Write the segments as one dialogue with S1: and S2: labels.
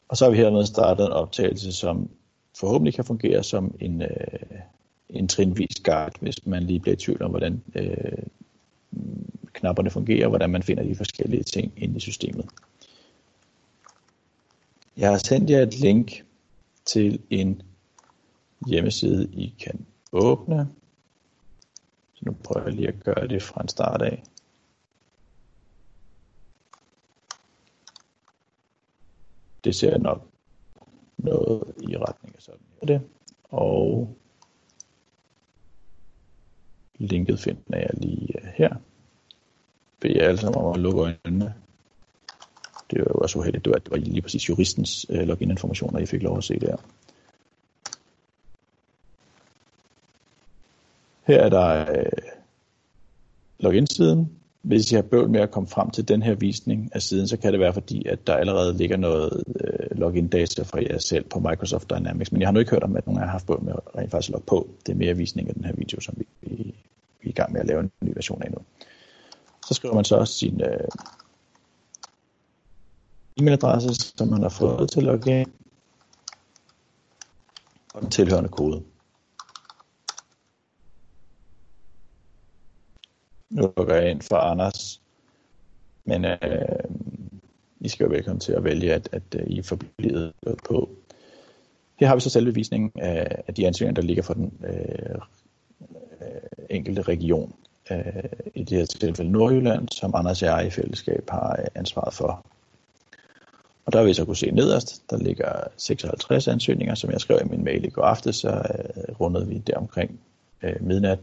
S1: Og så har vi hermed startet en optagelse, som forhåbentlig kan fungere som en trinvis guide, hvis man lige bliver i tvivl om, hvordan knapperne fungerer, og hvordan man finder de forskellige ting inde i systemet. Jeg har sendt jer et link til en hjemmeside, I kan åbne. Så nu prøver jeg lige at gøre det fra en start af. Det ser nok noget i retning af sådan her. Og linket finder jeg lige her. Bed jer alle sammen om at lukke øjnene. Det var jo også uheldigt, det var lige præcis juristens login-informationer, I fik lov at se der. Her er der login-siden. Hvis I har bøvl med at komme frem til den her visning af siden, så kan det være fordi, at der allerede ligger noget login-data fra jer selv på Microsoft Dynamics. Men jeg har nu ikke hørt om, at nogen har haft bøvl med at rent faktisk logge på. Det er mere visning af den her video, som vi er i gang med at lave en ny version af nu. Så skriver man så også sin e-mailadresse, som man har fået til login, og den tilhørende kode. Nu logger jeg ind for Anders, men I skal jo velkommen til at vælge, at I er forblivet på. Her har vi så selve visningen af de ansøgninger, der ligger for den enkelte region. I det her tilfælde Nordjylland, som Anders og jeg i fællesskab har ansvaret for. Og der vil I så kunne se nederst, der ligger 56 ansøgninger, som jeg skrev i min mail i går aftes, så rundede vi der omkring midnat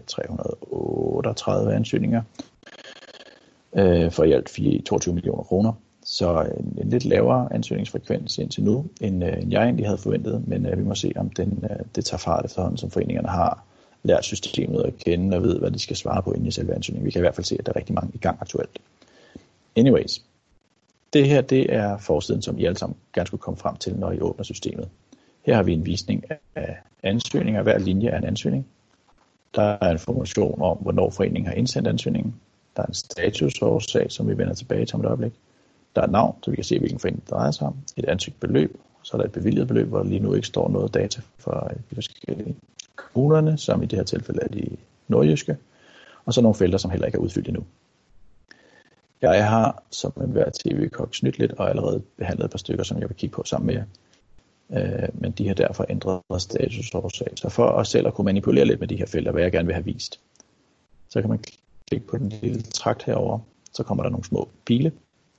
S1: 338 ansøgninger for i alt 22 millioner kroner. Så en lidt lavere ansøgningsfrekvens indtil nu, end jeg egentlig havde forventet, men vi må se, om det tager fart efterhånden, som foreningerne har lært systemet at kende og ved, hvad de skal svare på inden i selve ansøgningen. Vi kan i hvert fald se, at der er rigtig mange i gang aktuelt. Anyways, det her det er forsiden, som I alle sammen gerne skulle komme frem til, når I åbner systemet. Her har vi en visning af ansøgninger. Hver linje er en ansøgning. Der er information om, hvornår foreningen har indsendt ansøgningen. Der er en statusårsag, som vi vender tilbage til om et øjeblik. Der er et navn, så vi kan se, hvilken forening det drejer sig om. Et ansøgt beløb. Så er der et bevilget beløb, hvor der lige nu ikke står noget data for de forskellige kommunerne, som i det her tilfælde er de nordjyske. Og så nogle felter, som heller ikke er udfyldt endnu. Jeg har som enhver tv-kok snydt lidt og allerede behandlet et par stykker, som jeg vil kigge på sammen med jer. Men de har derfor ændret statusårsag. Så for os selv at kunne manipulere lidt med de her felter, hvad jeg gerne vil have vist, så kan man klikke på den lille trakt herover. Så kommer der nogle små pile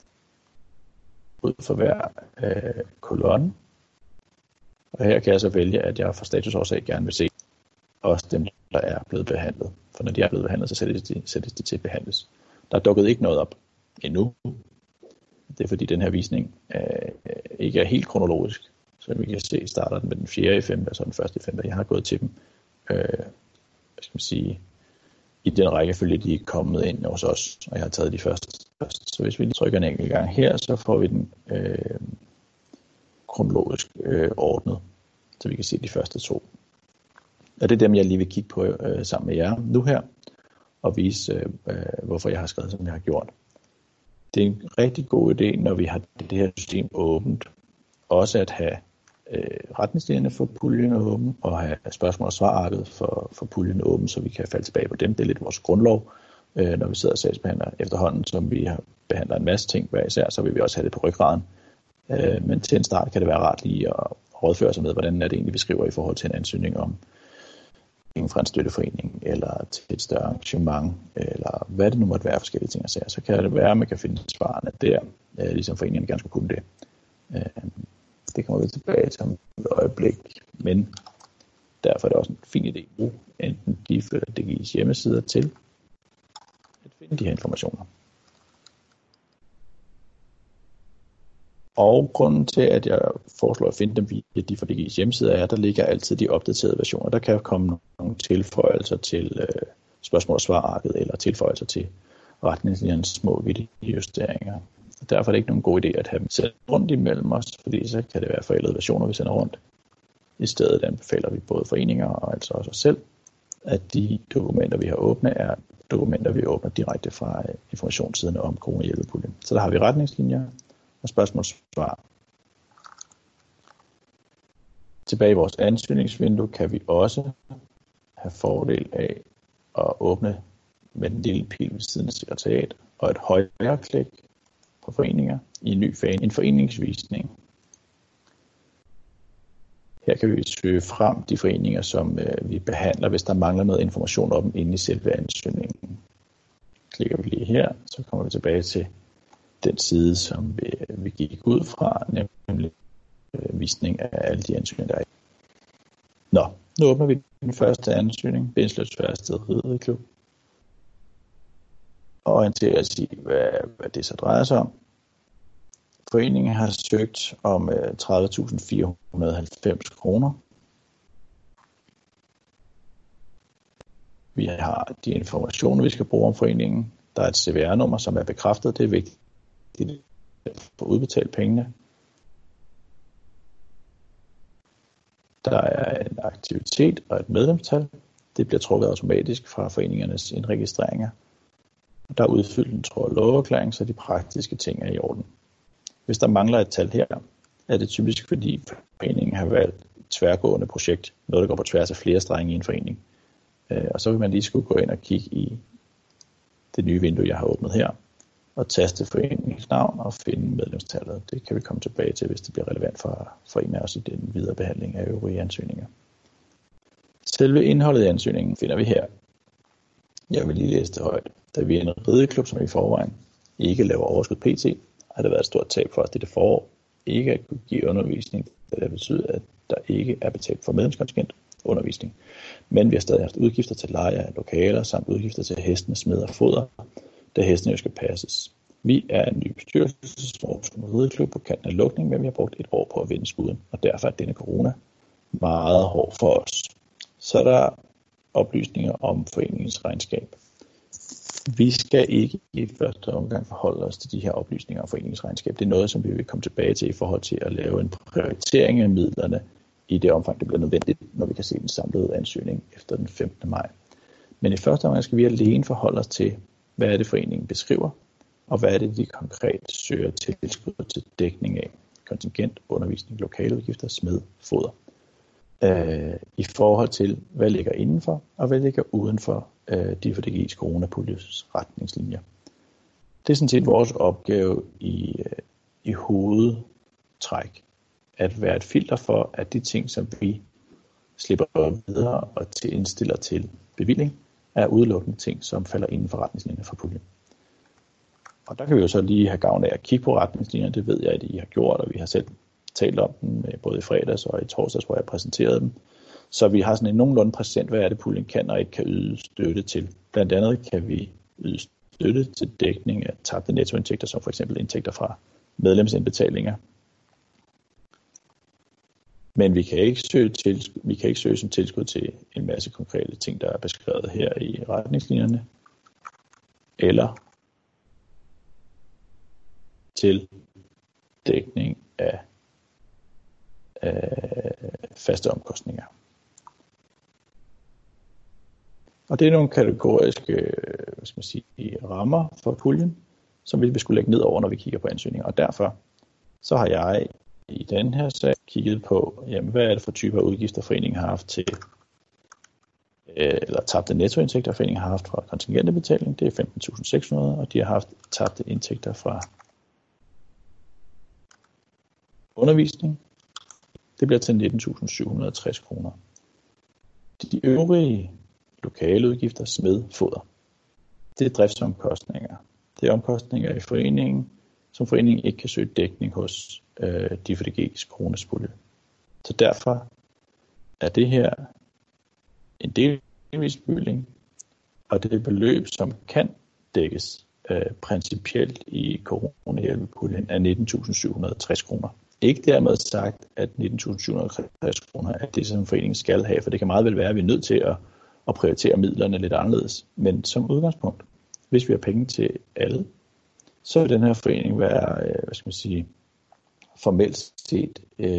S1: ud for hver kolonne. Og her kan jeg så vælge, at jeg for statusårsag gerne vil se også dem, der er blevet behandlet. For når de er blevet behandlet, så sættes de til at behandles. Der er dukket ikke noget op endnu. Det er fordi den her visning ikke er helt kronologisk. Så vi kan se, starter den med den 4. i 5. og så den 1. i 5. Jeg har gået til dem i den rækkefølge, de er kommet ind hos os, og jeg har taget de første først. Så hvis vi lige trykker en enkelt gang her, så får vi den kronologisk ordnet, så vi kan se de første 2. Og det er dem, jeg lige vil kigge på sammen med jer nu her, og vise, hvorfor jeg har skrevet, som jeg har gjort. Det er en rigtig god idé, når vi har det her system åbent, også at have retningslinjerne for puljen åben, og have spørgsmål- og svararket for puljen åben, så vi kan falde tilbage på dem. Det er lidt vores grundlov, når vi sidder og sagsbehandler efterhånden, som vi har behandlet en masse ting hver især, så vil vi også have det på ryggraden. Men til en start kan det være rart lige at rådføre sig med, hvordan er det egentlig, vi skriver i forhold til en ansøgning om fra en støtteforening, eller til et større arrangement, eller hvad det nu måtte være forskellige ting at sige. Så kan det være, at man kan finde svarene der, ligesom foreningerne gerne skulle kunne det. Det kommer vi tilbage til om et øjeblik, men derfor er det også en fin idé at bruge enten de eller DGI's hjemmesider til at finde de her informationer. Og grunden til, at jeg foreslår at finde dem via de for DGI's hjemmesider, er, at der ligger altid de opdaterede versioner. Der kan komme nogle tilføjelser til spørgsmål- og svararket, eller tilføjelser til retningslinjernes små justeringer. Derfor er det ikke nogen god idé at have dem sendt rundt imellem os, fordi så kan det være forældede versioner, vi sender rundt. I stedet anbefaler vi både foreninger og altså også os selv, at de dokumenter, vi har åbnet, er dokumenter, vi åbner direkte fra informationssiden om coronahjælpepuljen. Så der har vi retningslinjer og spørgsmål-svar. Tilbage i vores ansøgningsvindue kan vi også have fordel af at åbne med den lille pil ved siden af sekretariat og et højre klik på foreninger i en foreningsvisning. Her kan vi søge frem de foreninger, som vi behandler, hvis der mangler noget information om dem inde i selve ansøgningen. Klikker vi lige her, så kommer vi tilbage til den side, som vi gik ud fra, nemlig visning af alle de ansøgninger, der er. Nå, nu åbner vi den første ansøgning, Binsløbsværsted Rideklub, og orienterer os i, hvad det så drejer sig om. Foreningen har søgt om 30.490 kroner. Vi har de informationer, vi skal bruge om foreningen. Der er et CVR-nummer, som er bekræftet. Det er vigtigt at få udbetalt pengene. Der er en aktivitet og et medlemstal. Det bliver trukket automatisk fra foreningernes indregistreringer. Der er udfyldt en tro- og loverklæring, så de praktiske ting er i orden. Hvis der mangler et tal her, er det typisk fordi foreningen har valgt et tværgående projekt, noget der går på tværs af flere strenge i en forening. Og så vil man lige skulle gå ind og kigge i det nye vindue, jeg har åbnet her, og taste foreningens navn og finde medlemstallet. Det kan vi komme tilbage til, hvis det bliver relevant for en af os i den videre behandling af øvrige ansøgninger. Selve indholdet i ansøgningen finder vi her. Jeg vil lige læse det højt. Da vi er en rideklub, som i forvejen ikke laver overskud pt., har det været et stort tab for os dette forår ikke at kunne give undervisning, da det betyder, at der ikke er betalt for medlemskontingent undervisning. Men vi har stadig haft udgifter til leje af lokaler, samt udgifter til hestene, smed og foder, da hestene jo skal passes. Vi er en ny bestyrelsesform rideklub på kanten af lukning, men vi har brugt et år på at vende skuden, og derfor er denne corona meget hård for os. Så er der oplysninger om foreningens regnskab. Vi skal ikke i første omgang forholde os til de her oplysninger om foreningens regnskab. Det er noget, som vi vil komme tilbage til i forhold til at lave en prioritering af midlerne i det omfang, det bliver nødvendigt, når vi kan se den samlede ansøgning efter den 15. maj. Men i første omgang skal vi alene forholde os til, hvad er det foreningen beskriver, og hvad er det, de konkret søger tilskud til dækning af: kontingent, undervisning, lokaleudgifter, smed, foder. I forhold til, hvad ligger indenfor, og hvad ligger udenfor DFDG's coronapuljes retningslinjer. Det er sådan set vores opgave i hovedtræk, at være et filter for, at de ting, som vi slipper videre og indstiller til bevilling, er udelukkende ting, som falder inden for retningslinjer for puljen. Og der kan vi jo så lige have gavn af at kigge på retningslinjerne. Det ved jeg, at I har gjort, og vi har selv talt om dem både i fredags og i torsdags, hvor jeg præsenterede dem. Så vi har sådan en nogenlunde præsent, hvad er det puljen kan og ikke kan yde støtte til. Blandt andet kan vi yde støtte til dækning af tabte nettoindtægter, som for eksempel indtægter fra medlemsindbetalinger. Men vi kan ikke søge som tilskud til en masse konkrete ting, der er beskrevet her i retningslinjerne, eller til dækning af faste omkostninger. Og det er nogle kategoriske rammer for puljen, som vi vil skulle lægge ned over, når vi kigger på ansøgninger. Og derfor så har jeg i den her sag kigget på, hvad er det for typer af udgifter, foreningen har haft til, eller tabte nettoindtægter, foreningen har haft fra kontingentbetaling, det er 15.600, og de har haft tabte indtægter fra undervisning. Det bliver til 19.760 kroner. De øvrige lokale udgifter, smed, foder, det er driftsomkostninger. Det er omkostninger i foreningen, som foreningen ikke kan søge dækning hos DFDG's coronapulje. Så derfor er det her en delvis bevilling, og det beløb, som kan dækkes principielt i coronahjælpepuljen, er 19.760 kroner. Ikke dermed sagt, at 19.760 kroner er det, som foreningen skal have, for det kan meget vel være, at vi er nødt til at prioritere midlerne lidt anderledes. Men som udgangspunkt, hvis vi har penge til alle, så vil den her forening være, formelt set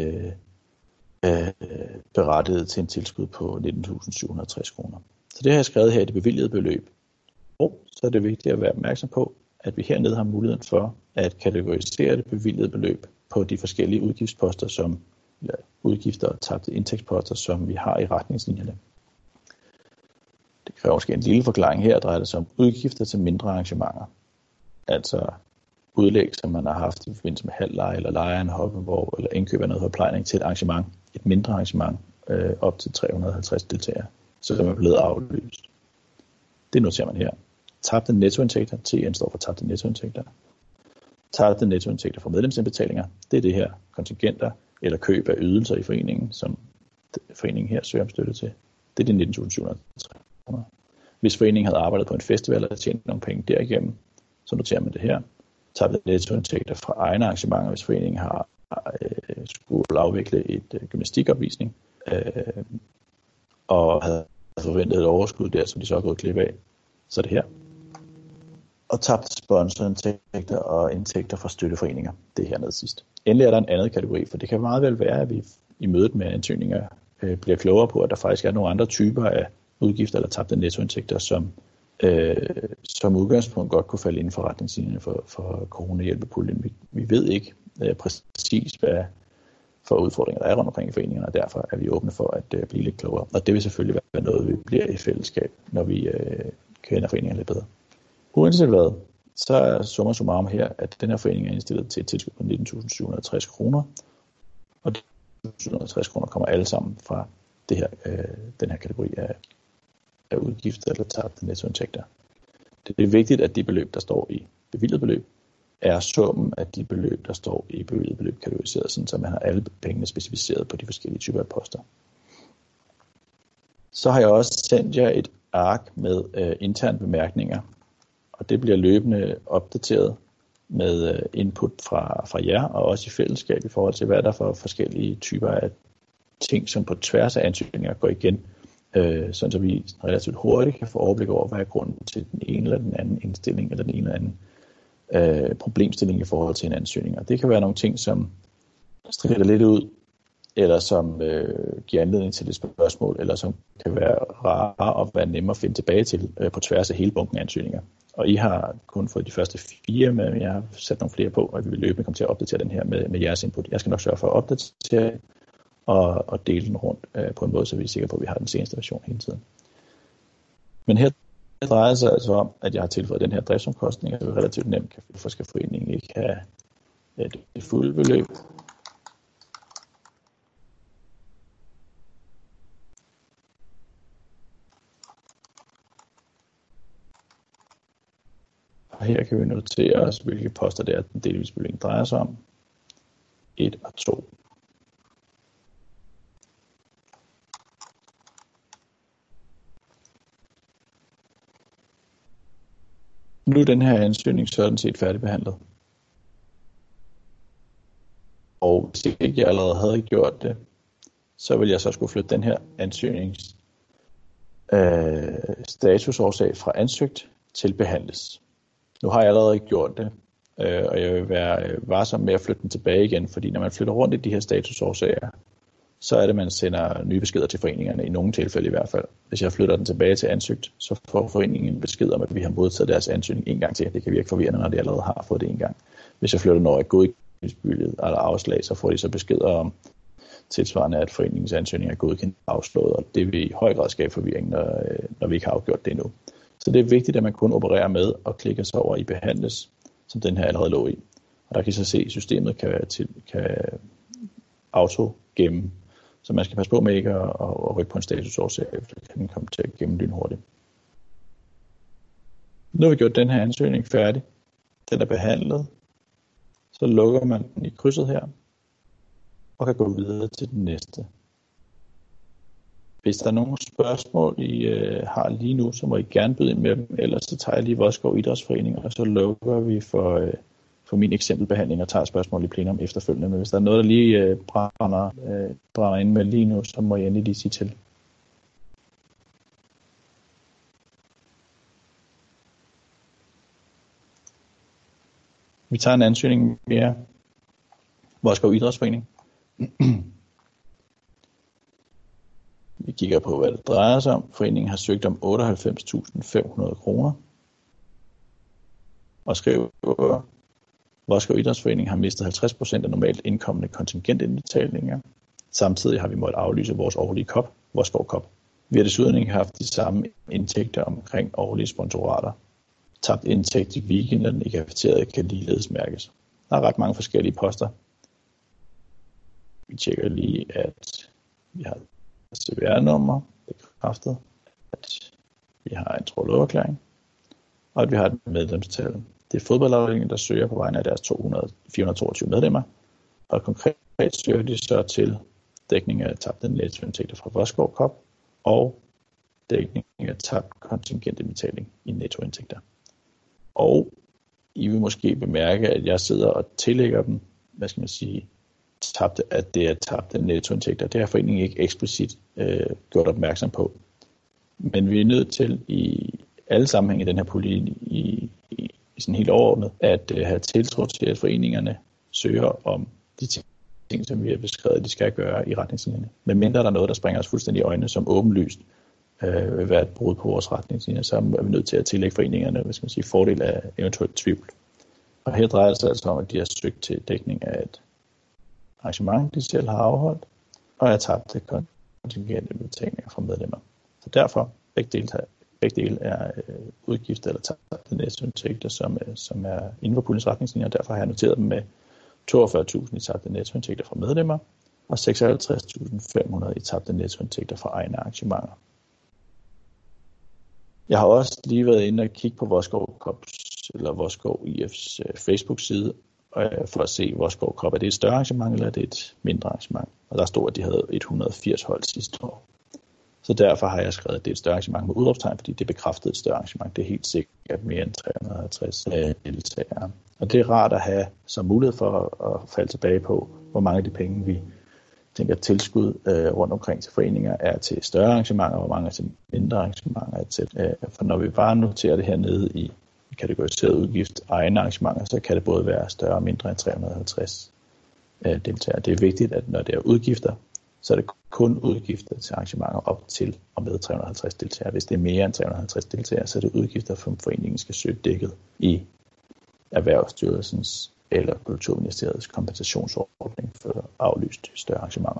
S1: berettiget til en tilskud på 19.760 kroner. Så det har jeg skrevet her i det bevilgede beløb. Og så er det vigtigt at være opmærksom på, at vi hernede har muligheden for at kategorisere det bevilgede beløb på de forskellige udgiftsposter, som udgifter og tabte indtægtsposter, som vi har i retningslinjerne. Det kræver måske en lille forklaring her, drejer det sig om udgifter til mindre arrangementer. Altså udlæg, som man har haft i forbindelse med halvleje eller leje af en hoppevogn eller indkøb af noget forplejning til et arrangement, et mindre arrangement op til 350 deltagere, som er blevet aflyst. Det noterer man her. Tabte nettoindtægter, TN står for tabte nettoindtægter. Tabte nettoindtægter fra medlemsindbetalinger, det er det her kontingenter eller køb af ydelser i foreningen, som foreningen her søger om støtte til. Det er de 19.700. Hvis foreningen havde arbejdet på en festival og tjent nogle penge derigennem, så noterer man det her. Tabte nettoindtægter fra egne arrangementer, hvis foreningen har skulle afvikle et gymnastikopvisning og havde forventet et overskud der, som de så har gået glip af. Så er det her. Og tabt sponsorindtægter og indtægter fra støtteforeninger. Det er hernede sidst. Endelig er der en anden kategori, for det kan meget vel være, at vi i mødet med ansøgninger bliver klogere på, at der faktisk er nogle andre typer af udgifter eller tabte nettoindtægter, som udgangspunkt godt kunne falde inden for retningslinjerne for coronahjælpepuljen. Vi ved ikke præcis, hvad for udfordringer der er rundt omkring i foreningerne, og derfor er vi åbne for at blive lidt klogere. Og det vil selvfølgelig være noget, vi bliver i fællesskab, når vi kender foreningerne lidt bedre. Uanset hvad, så er summa summarum her, at den her forening er indstillet til et tilskud på 19.760 kroner, og de 760 kroner kommer alle sammen fra det her, den her kategori af udgifter eller tabte nettoindtægter. Det er vigtigt, at de beløb, der står i bevilget beløb, er summen af de beløb, der står i bevilget beløb kategoriseret, sådan så man har alle pengene specificeret på de forskellige typer af poster. Så har jeg også sendt jer et ark med interne bemærkninger, og det bliver løbende opdateret med input fra jer, og også i fællesskab i forhold til, hvad der er for forskellige typer af ting, som på tværs af ansøgninger går igen, sådan så vi relativt hurtigt kan få overblik over, hvad er grunden til den ene eller den anden indstilling, eller den ene eller anden problemstilling i forhold til en ansøgning. Og det kan være nogle ting, som strider lidt ud, eller som giver anledning til et spørgsmål, eller som kan være rare og være nemmere at finde tilbage til på tværs af hele bunken af ansøgninger. Og I har kun fået de første 4, men jeg har sat nogle flere på, og vi vil løbende komme til at opdatere den her med jeres input. Jeg skal nok sørge for at opdatere og dele den rundt på en måde, så vi er sikre på, at vi har den seneste version hele tiden. Men her drejer sig altså om, at jeg har tilføjet den her driftsomkostning, og det er relativt nemt, for skal foreningen ikke have et fuldt beløb. Og her kan vi notere os, hvilke poster det er, den delvis bevilling drejer sig om. 1 og 2. Nu er den her ansøgning sådan set færdigbehandlet. Og hvis ikke jeg allerede havde gjort det, så vil jeg så skulle flytte den her ansøgnings statusårsag fra ansøgt til behandles. Nu har jeg allerede gjort det, og jeg vil være varsom med at flytte den tilbage igen, fordi når man flytter rundt i de her statusårsager, så er det, at man sender nye beskeder til foreningerne, i nogle tilfælde i hvert fald. Hvis jeg flytter den tilbage til ansøgt, så får foreningen en besked om, at vi har modtaget deres ansøgning en gang til. Det kan virke forvirrende, når de allerede har fået det en gang. Hvis jeg flytter noget godkendt eller afslag, så får de så beskeder om tilsvarende, at foreningens ansøgning er godkendt og afslået, og det vil i høj grad skabe forvirring, når vi ikke har afgjort det endnu. Så det er vigtigt, at man kun opererer med og klikker sig over i behandles, som den her allerede lå i. Og der kan I så se, at systemet kan auto-gemme. Så man skal passe på med ikke at rykke på en statusårsag, for det kan komme til at gemme lynhurtigt. Nu har vi gjort den her ansøgning færdig. Den er behandlet. Så lukker man den i krydset her, og kan gå videre til den næste. Hvis der er nogle spørgsmål, I har lige nu, så må I gerne byde ind med dem. Ellers så tager jeg lige Vodskov Idrætsforening, og så lukker vi for min eksempelbehandling og tager spørgsmål i plenum efterfølgende. Men hvis der er noget, der lige brænder ind med lige nu, så må jeg endelig lige sige til. Vi tager en ansøgning mere. Vodskov Idrætsforening. Vi kigger på, hvad det drejer sig om. Foreningen har søgt om 98.500 kroner. Og skriver, Vodskov Idrætsforening har mistet 50% af normalt indkommende kontingentindbetalinger. Samtidig har vi måttet aflyse vores årlige COP, Vodskov COP. Vi har desuden ikke haft de samme indtægter omkring årlige sponsorater. Tabt indtægt i weekenden i cafeteriet kan ligeledes mærkes. Der er ret mange forskellige poster. Vi tjekker lige, at vi har CVR-nummer bekræftet, at vi har en tro-lov-erklæring, og at vi har et medlemstal. Det er fodboldafdelingen, der søger på vegne af deres 422 medlemmer, og konkret søger de så til dækning af tabte nettoindtægter fra Vodskov COP og dækning af tabt kontingentindbetaling i nettoindtægter. Og I vil måske bemærke, at jeg sidder og tillægger dem, at det er tabte nettoindtægter. Det har foreningen ikke eksplicit gjort opmærksom på. Men vi er nødt til i alle sammenhænge i den her pulje i sådan helt overordnet, at have tiltro til, at foreningerne søger om de ting, som vi har beskrevet, de skal gøre i retningslinjerne. Men mindre der er noget, der springer os fuldstændig i øjnene, som åbenlyst vil være et brud på vores retningslinjer, så er vi nødt til at tillægge foreningerne fordel af eventuelt tvivl. Og her drejer det sig altså om, at de har søgt til dækning af et arrangement, de selv har afholdt, og er tabte kontingentindbetalinger fra medlemmer. Så derfor, begge dele er udgifter eller tabte nettoindtægter, som er inden for puljens retningslinjer, og derfor har jeg noteret dem med 42.000 i tabte nettoindtægter fra medlemmer, og 56.500 i tabte nettoindtægter fra egne arrangementer. Jeg har også lige været inde og kigge på Vodskov IF's Facebook-side, for at se Vodskov COP. Er det et større arrangement, eller er det et mindre arrangement? Og der stod, at de havde 180 hold sidste år. Så derfor har jeg skrevet, at det er et større arrangement med udråbstegn, fordi det bekræftede et større arrangement. Det er helt sikkert mere end 350 deltagere. Og det er rart at have som mulighed for at falde tilbage på, hvor mange af de penge, vi tænker tilskud rundt omkring til foreninger, er til større arrangementer, og hvor mange er til mindre arrangementer er til. For når vi bare noterer det her nede i kategoriseret udgift egne arrangementer, så kan det både være større og mindre end 350 deltagere. Det er vigtigt, at når det er udgifter, så er det kun udgifter til arrangementer op til og med 350 deltagere. Hvis det er mere end 350 deltagere, så er det udgifter, som foreningen skal søge dækket i Erhvervsstyrelsens eller Kulturministeriets kompensationsordning for aflyst større arrangementer.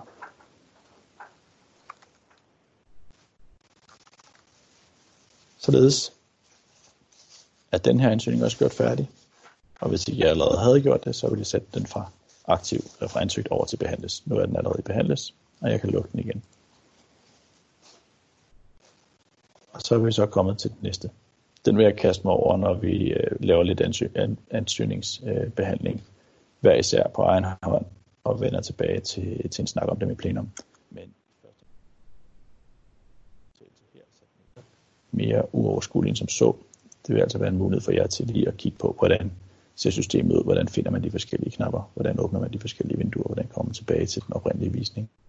S1: Således er den her ansøgning også gjort færdig, og hvis ikke jeg allerede havde gjort det, så vil jeg sætte den fra aktiv eller fra ansøgt over til behandles. Nu er den allerede behandles, og jeg kan lukke den igen. Og så er vi så kommet til den næste. Den vil jeg kaste mig over, når vi laver lidt ansøgningsbehandling hver især på egen hånd og vender tilbage til en snak om dem i plenum. Men mere uoverskuelig end som så. Det vil altså være en mulighed for jer til lige at kigge på, hvordan ser systemet ud, hvordan finder man de forskellige knapper, hvordan åbner man de forskellige vinduer, hvordan kommer man tilbage til den oprindelige visning.